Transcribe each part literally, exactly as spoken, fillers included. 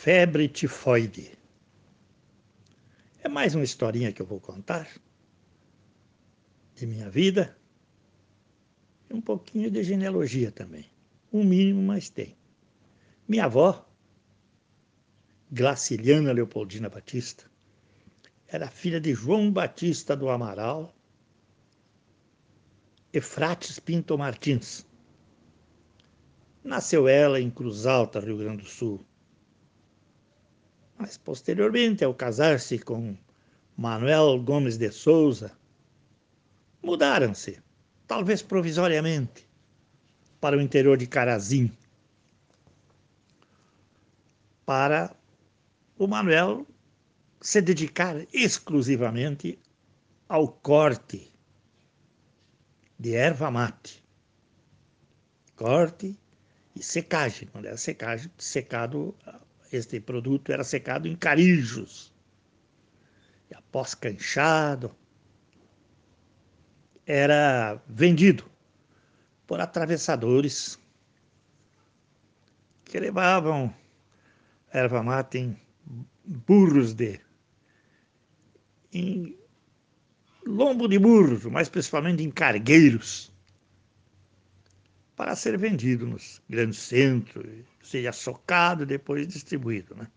febre tifoide. É mais uma historinha que eu vou contar de minha vida e um pouquinho de genealogia também. Um mínimo, mas tem. Minha avó, Graciliana Leopoldina Batista, era filha de João Batista do Amaral Efrates Pinto Martins. Nasceu ela em Cruz Alta, Rio Grande do Sul. Mas, posteriormente, ao casar-se com Manuel Gomes de Souza, mudaram-se, talvez provisoriamente, para o interior de Carazim, para o Manuel se dedicar exclusivamente ao corte de erva mate. Corte e secagem. Quando era secagem, secado, este produto era secado em carijos. E após canchado, era vendido por atravessadores que levavam erva mate em burros de em lombo de burro, mais principalmente em cargueiros, para ser vendido nos grandes centros, seja socado e depois distribuído, né?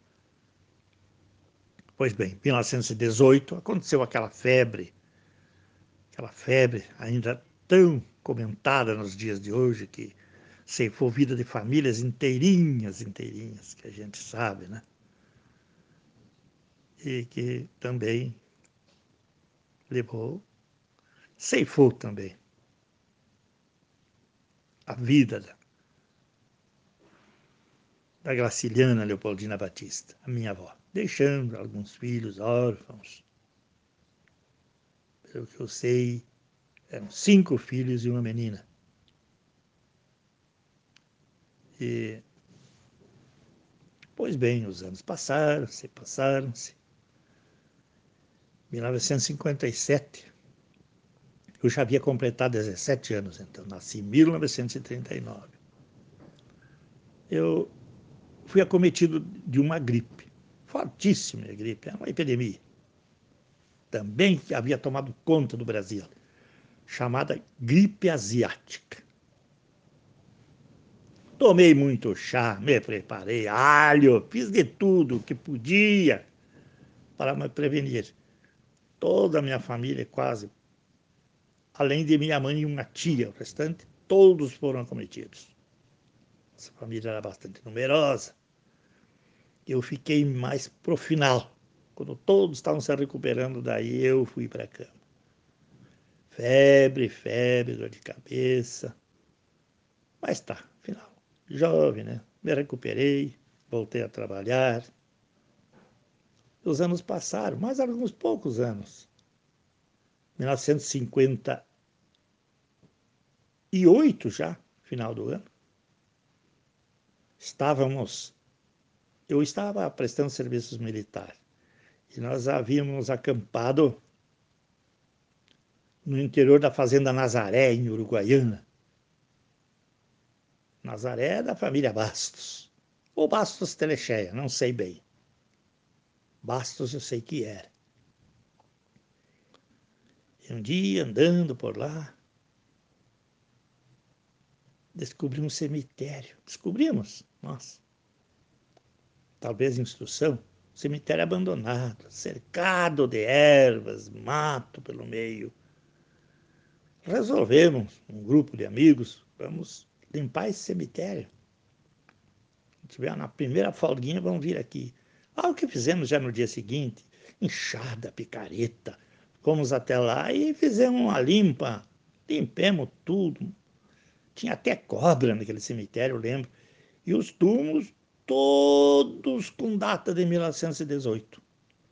Pois bem, em mil novecentos e dezoito aconteceu aquela febre, aquela febre ainda tão comentada nos dias de hoje, que ceifou vida de famílias inteirinhas, inteirinhas, que a gente sabe, né? E que também levou, ceifou também a vida da, da Graciliana Leopoldina Batista, a minha avó, deixando alguns filhos órfãos. Pelo que eu sei, eram cinco filhos e uma menina. E, pois bem, os anos passaram-se, passaram-se. mil novecentos e cinquenta e sete, eu já havia completado dezessete anos, então nasci em mil novecentos e trinta e nove. Eu fui acometido de uma gripe, fortíssima gripe, uma epidemia. Também havia tomado conta do Brasil, chamada gripe asiática. Tomei muito chá, me preparei, alho, fiz de tudo que podia para me prevenir. Toda a minha família, quase, além de minha mãe e uma tia, o restante, todos foram acometidos. Essa família era bastante numerosa. Eu fiquei mais pro final. Quando todos estavam se recuperando, daí eu fui para a cama. Febre, febre, dor de cabeça. Mas tá, final. Jovem, né? Me recuperei, voltei a trabalhar. Os anos passaram, mais alguns poucos anos. mil novecentos e cinquenta e oito já, final do ano. Estávamos, eu estava prestando serviços militares e nós havíamos acampado no interior da fazenda Nazaré, em Uruguaiana. Nazaré é da família Bastos, ou Bastos Telecheia, não sei bem. Bastos eu sei que era. E um dia, andando por lá, descobri um cemitério. Descobrimos, nós. Talvez instrução, cemitério abandonado, cercado de ervas, mato pelo meio. Resolvemos, um grupo de amigos, vamos limpar esse cemitério. Se tiver na primeira folguinha, vamos vir aqui. Ah, o que fizemos já no dia seguinte? Enxada, picareta. Fomos até lá e fizemos uma limpa. Limpemos tudo. Tinha até cobra naquele cemitério, eu lembro. E os túmulos todos com data de mil novecentos e dezoito.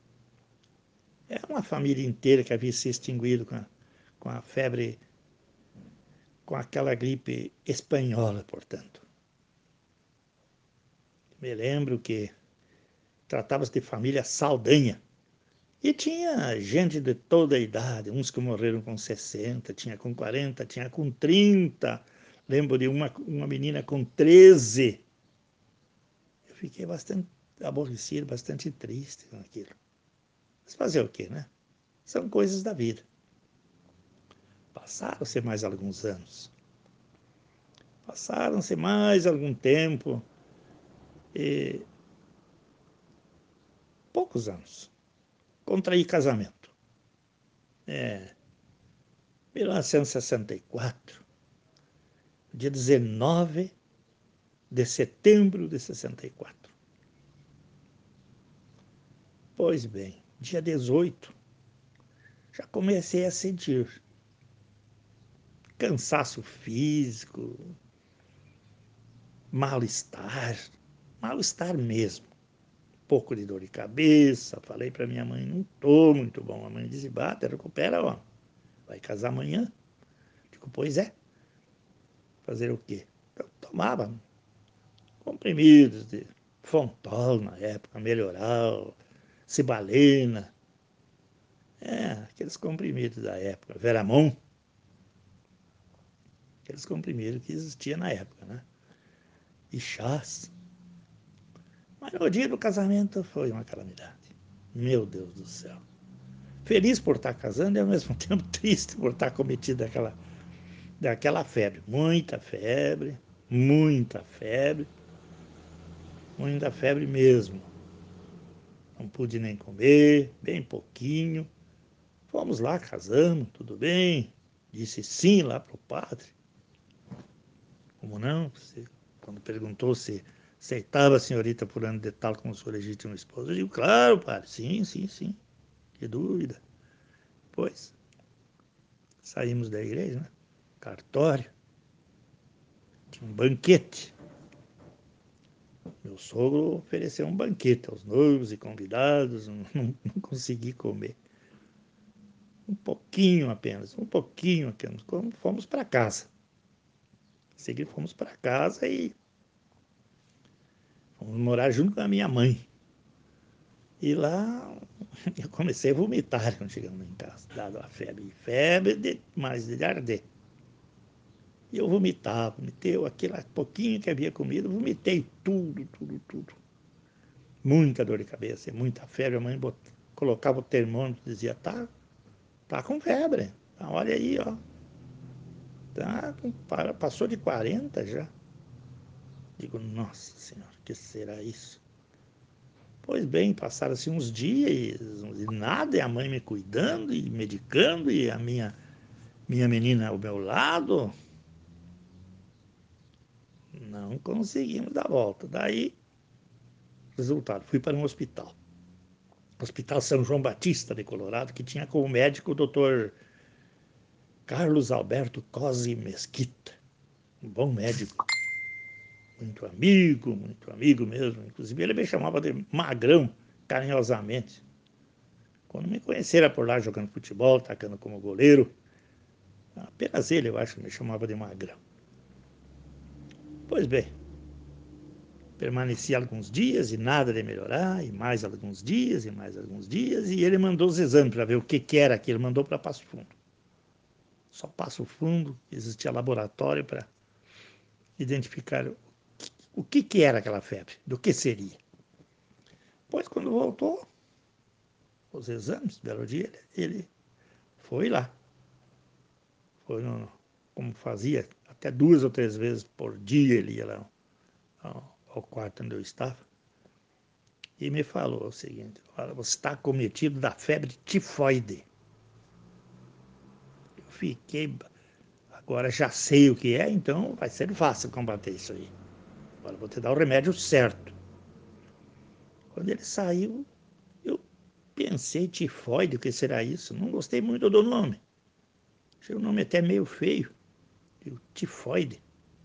É uma família inteira que havia se extinguido com a, com a febre, com aquela gripe espanhola, portanto. Me lembro que tratava-se de família Saldanha. E tinha gente de toda a idade, uns que morreram com sessenta, tinha com quarenta, tinha com trinta. Lembro de uma, uma menina com treze. Eu fiquei bastante aborrecido, bastante triste com aquilo. Mas fazer o quê, né? São coisas da vida. Passaram-se mais alguns anos. Passaram-se mais algum tempo. E poucos anos. Contraí casamento. É, mil novecentos e sessenta e quatro, dia dezenove de setembro de sessenta e quatro. Pois bem, dia dezoito, já comecei a sentir cansaço físico, mal-estar, mal-estar mesmo. Um pouco de dor de cabeça. Falei para minha mãe, não estou muito bom. A mãe disse, bata, recupera, ó. Vai casar amanhã? Digo, pois é. Fazer o quê? Eu tomava comprimidos de Fontol na época, Melhoral, Cibalena. É, aqueles comprimidos da época, Veramon. Aqueles comprimidos que existiam na época, né? E chás. Mas no dia do casamento foi uma calamidade. Meu Deus do céu. Feliz por estar casando e ao mesmo tempo triste por estar cometido daquela, daquela febre. Muita febre, muita febre, muita febre mesmo. Não pude nem comer, bem pouquinho. Fomos lá, casamos, tudo bem. Disse sim lá para o padre. Como não? Você, quando perguntou se aceitava a senhorita por ano de tal como sua legítima esposa, eu digo, claro, padre, sim, sim, sim. Que dúvida. Pois, saímos da igreja, né? Cartório. Tinha um banquete. Meu sogro ofereceu um banquete aos noivos e convidados, não, não, não consegui comer. Um pouquinho apenas, um pouquinho apenas. Fomos para casa. Em seguida fomos para casa e fomos morar junto com a minha mãe. E lá eu comecei a vomitar quando chegamos em casa, dado a febre. Febre de, mais de arder. E eu vomitava, vomitei aquele pouquinho que havia comido, vomitei tudo, tudo, tudo. Muita dor de cabeça, muita febre. A mãe bot... colocava o termômetro e dizia, tá, tá com febre. Tá, olha aí, ó. Tá, passou de quarenta já. Digo, nossa senhora, o que será isso? Pois bem, passaram-se uns dias e nada, e a mãe me cuidando e medicando, e a minha, minha menina ao meu lado. Não conseguimos dar volta. Daí, resultado, fui para um hospital. Hospital São João Batista de Colorado, que tinha como médico o doutor Carlos Alberto Cosi Mesquita. Um bom médico. Muito amigo, muito amigo mesmo. Inclusive, ele me chamava de Magrão, carinhosamente. Quando me conheceram por lá jogando futebol, atacando como goleiro, apenas ele, eu acho, me chamava de Magrão. Pois bem, permaneci alguns dias e nada de melhorar, e mais alguns dias, e mais alguns dias, e ele mandou os exames para ver o que, que era aquilo, mandou para Passo Fundo. Só Passo Fundo, existia laboratório para identificar o que, o que, que era aquela febre, do que seria. Pois quando voltou, os exames, belo dia, ele foi lá. Foi no, como fazia, até duas ou três vezes por dia ele ia lá ao, ao quarto onde eu estava. E me falou o seguinte, olha, você está cometido da febre tifoide. Eu fiquei, agora já sei o que é, então vai ser fácil combater isso aí. Agora vou te dar o remédio certo. Quando ele saiu, eu pensei, tifoide, o que será isso? Não gostei muito do nome. Achei o nome até meio feio. Tifoide.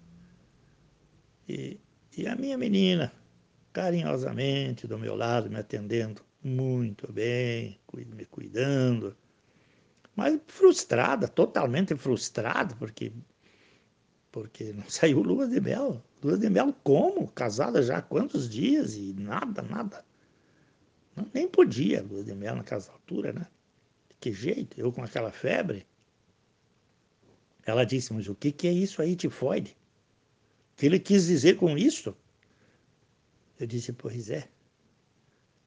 E, e a minha menina, carinhosamente do meu lado, me atendendo muito bem, me cuidando, mas frustrada, totalmente frustrada, porque, porque não saiu lua de mel. Lua de mel como? Casada já há quantos dias e nada, nada. Não, nem podia lua de mel naquela altura, né? De que jeito? Eu com aquela febre. Ela disse, mas o que, que é isso aí, tifoide? O que ele quis dizer com isso? Eu disse, pois é.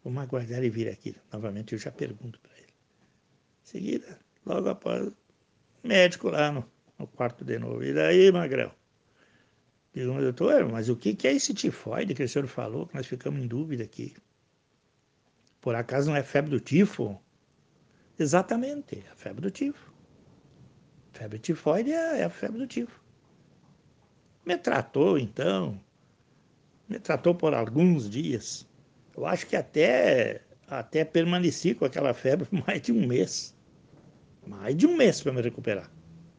vamos aguardar ele vir aqui. Novamente eu já pergunto para ele. Em seguida, logo após, médico lá no, no quarto de novo. E daí, Magrão? Digo, doutor, mas o que é esse tifoide que o senhor falou, que nós ficamos em dúvida aqui? Por acaso não é febre do tifo? Exatamente, é a febre do tifo. Febre tifoide é a febre do tifo. Me tratou, então, me tratou por alguns dias. Eu acho que até, até permaneci com aquela febre por mais de um mês. Mais de um mês para me recuperar.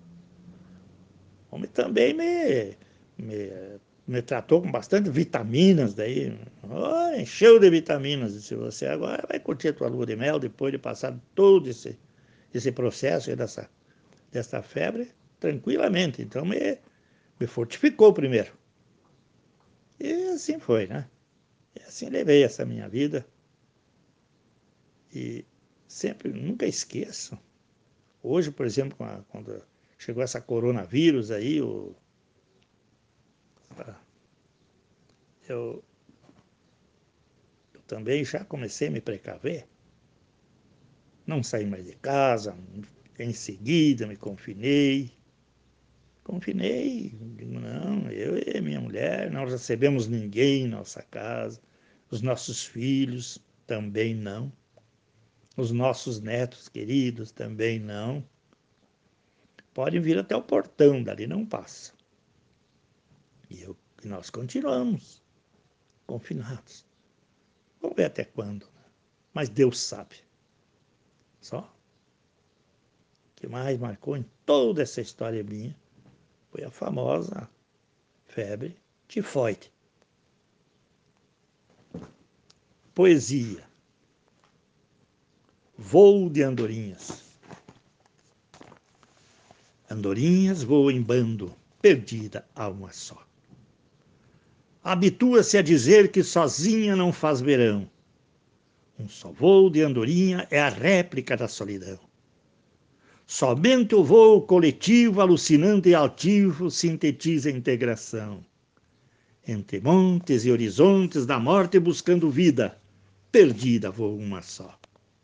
O homem também me, me, me tratou com bastante vitaminas, daí, oh, encheu de vitaminas. Disse, você agora vai curtir a tua lua de mel depois de passar todo esse, esse processo dessa, dessa febre, tranquilamente. Então me, me fortificou primeiro. E assim foi, né? E assim levei essa minha vida. E sempre, nunca esqueço. Hoje, por exemplo, quando chegou essa coronavírus aí, o, eu, eu também já comecei a me precaver. Não saí mais de casa, em seguida me confinei. Confinei, digo, não, eu e minha mulher, não recebemos ninguém em nossa casa. Os nossos filhos também não. Os nossos netos queridos também não. Podem vir até o portão, dali não passa. E, eu, e nós continuamos confinados. Vamos ver até quando, né? Mas Deus sabe. Só. O que mais marcou em toda essa história minha foi a famosa febre tifoide. Poesia. Voo de andorinhas. Andorinhas voam em bando, perdida a uma só. Habitua-se a dizer que sozinha não faz verão. Um só voo de andorinha é a réplica da solidão. Somente o voo coletivo, alucinante e altivo, sintetiza a integração. Entre montes e horizontes da morte buscando vida, perdida voa uma só.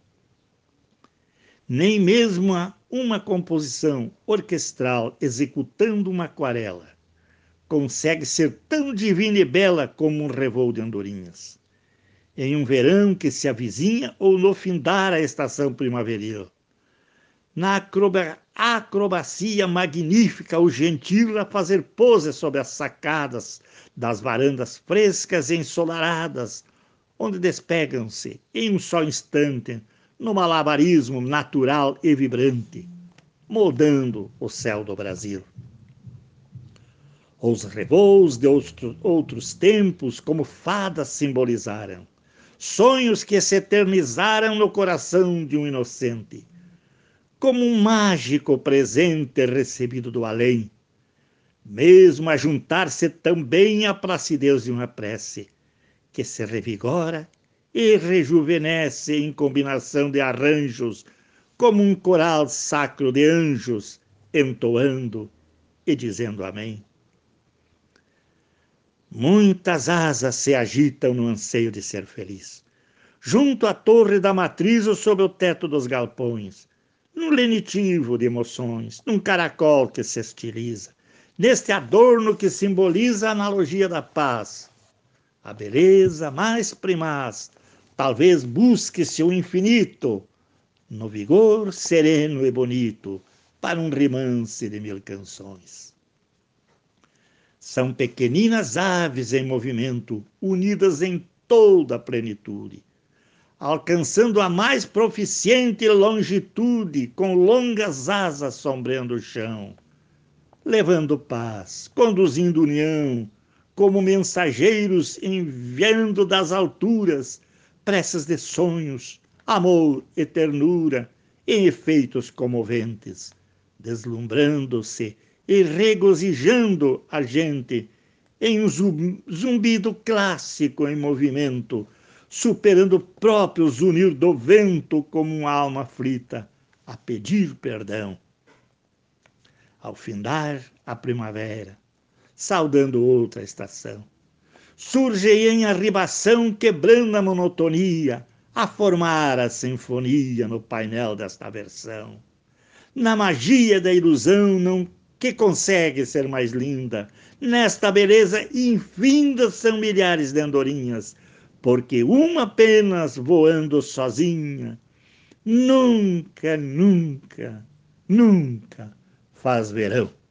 Nem mesmo uma composição orquestral executando uma aquarela consegue ser tão divina e bela como um revoo de andorinhas. Em um verão que se avizinha ou no findar a estação primaveril. Na acroba acrobacia magnífica, o gentil a fazer pose sobre as sacadas das varandas frescas e ensolaradas, onde despegam-se, em um só instante, no malabarismo natural e vibrante, moldando o céu do Brasil. Os revoos de outros tempos, como fadas simbolizaram, sonhos que se eternizaram no coração de um inocente, como um mágico presente recebido do além, mesmo a juntar-se também à placidez de uma prece, que se revigora e rejuvenesce em combinação de arranjos, como um coral sacro de anjos, entoando e dizendo amém. Muitas asas se agitam no anseio de ser feliz, junto à torre da matriz ou sob o teto dos galpões, num lenitivo de emoções, num caracol que se estiliza, neste adorno que simboliza a analogia da paz. A beleza mais primaz, talvez busque-se o infinito, no vigor sereno e bonito, para um rimance de mil canções. São pequeninas aves em movimento, unidas em toda a plenitude, alcançando a mais proficiente longitude, com longas asas sombreando o chão, levando paz, conduzindo união, como mensageiros enviando das alturas preces de sonhos, amor e ternura, em efeitos comoventes, deslumbrando-se e regozijando a gente em um zumbido clássico em movimento, superando o próprio zunir do vento como uma alma aflita a pedir perdão. Ao findar a primavera, saudando outra estação, surge em arribação quebrando a monotonia, a formar a sinfonia no painel desta versão. Na magia da ilusão não que consegue ser mais linda, nesta beleza infinda são milhares de andorinhas, porque uma apenas voando sozinha, nunca, nunca, nunca faz verão.